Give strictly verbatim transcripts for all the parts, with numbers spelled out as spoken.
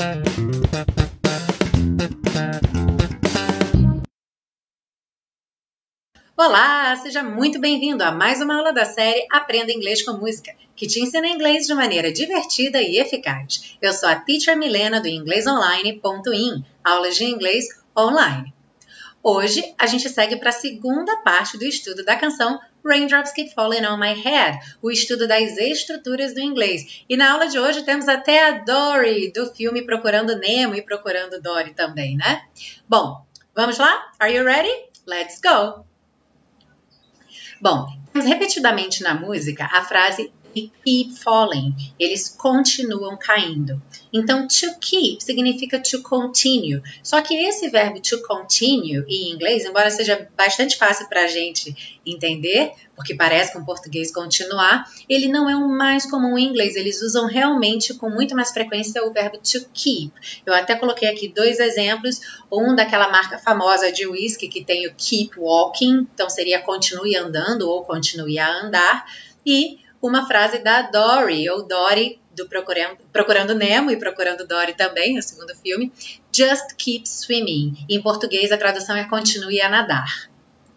Olá, seja muito bem-vindo a mais uma aula da série Aprenda Inglês com Música, que te ensina inglês de maneira divertida e eficaz. Eu sou a Teacher Milena do inglês online ponto in, aulas de inglês online. Hoje a gente segue para a segunda parte do estudo da canção Raindrops Keep Falling on My Head, o estudo das estruturas do inglês. E na aula de hoje temos até a Dory, do filme Procurando Nemo e Procurando Dory também, né? Bom, vamos lá? Are you ready? Let's go! Bom, temos repetidamente na música a frase they keep falling, eles continuam caindo. Então, to keep significa to continue. Só que esse verbo to continue em inglês, embora seja bastante fácil para a gente entender, porque parece com o português continuar, ele não é o mais comum em inglês. Eles usam realmente com muito mais frequência o verbo to keep. Eu até coloquei aqui dois exemplos, um daquela marca famosa de whisky que tem o keep walking, então seria continue andando ou continue a andar, e uma frase da Dory, ou Dory, do Procurando, Procurando Nemo e Procurando Dory também, no segundo filme, just keep swimming. Em português, a tradução é continue a nadar.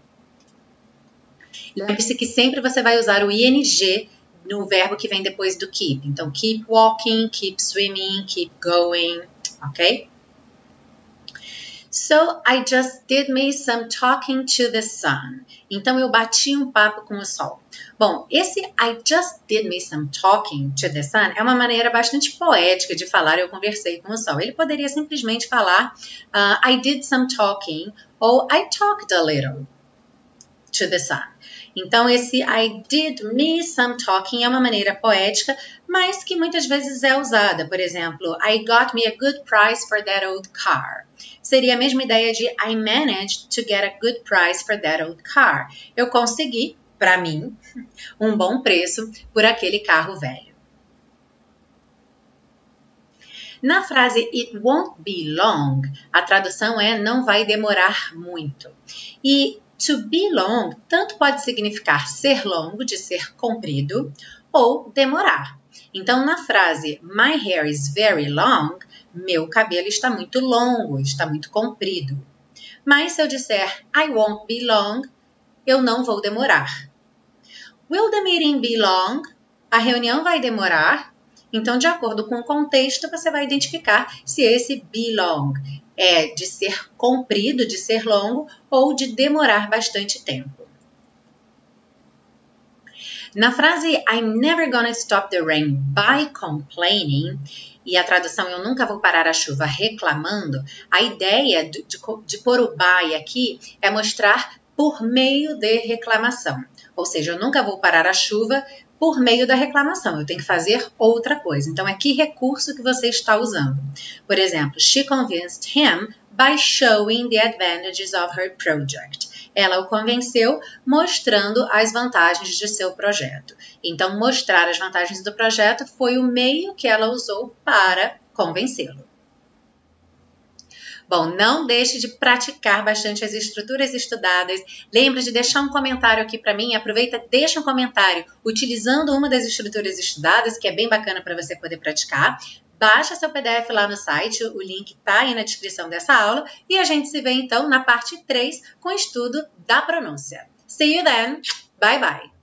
Lembre-se que sempre você vai usar o ing no verbo que vem depois do keep. Então, keep walking, keep swimming, keep going, ok? So, I just did me some talking to the sun. Então, eu bati um papo com o sol. Bom, esse I just did me some talking to the sun é uma maneira bastante poética de falar eu conversei com o sol. Ele poderia simplesmente falar uh, I did some talking ou I talked a little to the sun. Então, esse I did me some talking é uma maneira poética, mas que muitas vezes é usada. Por exemplo, I got me a good price for that old car. Seria a mesma ideia de I managed to get a good price for that old car. Eu consegui, para mim, um bom preço por aquele carro velho. Na frase it won't be long, a tradução é não vai demorar muito. E to be long tanto pode significar ser longo, de ser comprido, ou demorar. Então, na frase my hair is very long, meu cabelo está muito longo, está muito comprido. Mas se eu disser I won't be long, eu não vou demorar. Will the meeting be long? A reunião vai demorar? Então, de acordo com o contexto, você vai identificar se esse be long é de ser comprido, de ser longo, ou de demorar bastante tempo. Na frase I'm never gonna stop the rain by complaining, e a tradução eu nunca vou parar a chuva reclamando, a ideia de, de, de pôr o by aqui é mostrar por meio de reclamação. Ou seja, eu nunca vou parar a chuva por meio da reclamação, eu tenho que fazer outra coisa. Então, é que recurso que você está usando? Por exemplo, she convinced him by showing the advantages of her project. Ela o convenceu mostrando as vantagens de seu projeto. Então, mostrar as vantagens do projeto foi o meio que ela usou para convencê-lo. Bom, não deixe de praticar bastante as estruturas estudadas. Lembre de deixar um comentário aqui para mim. Aproveita, deixa um comentário utilizando uma das estruturas estudadas, que é bem bacana para você poder praticar. Baixa seu P D F lá no site, o link está aí na descrição dessa aula. E a gente se vê então na parte três com o estudo da pronúncia. See you then. Bye bye.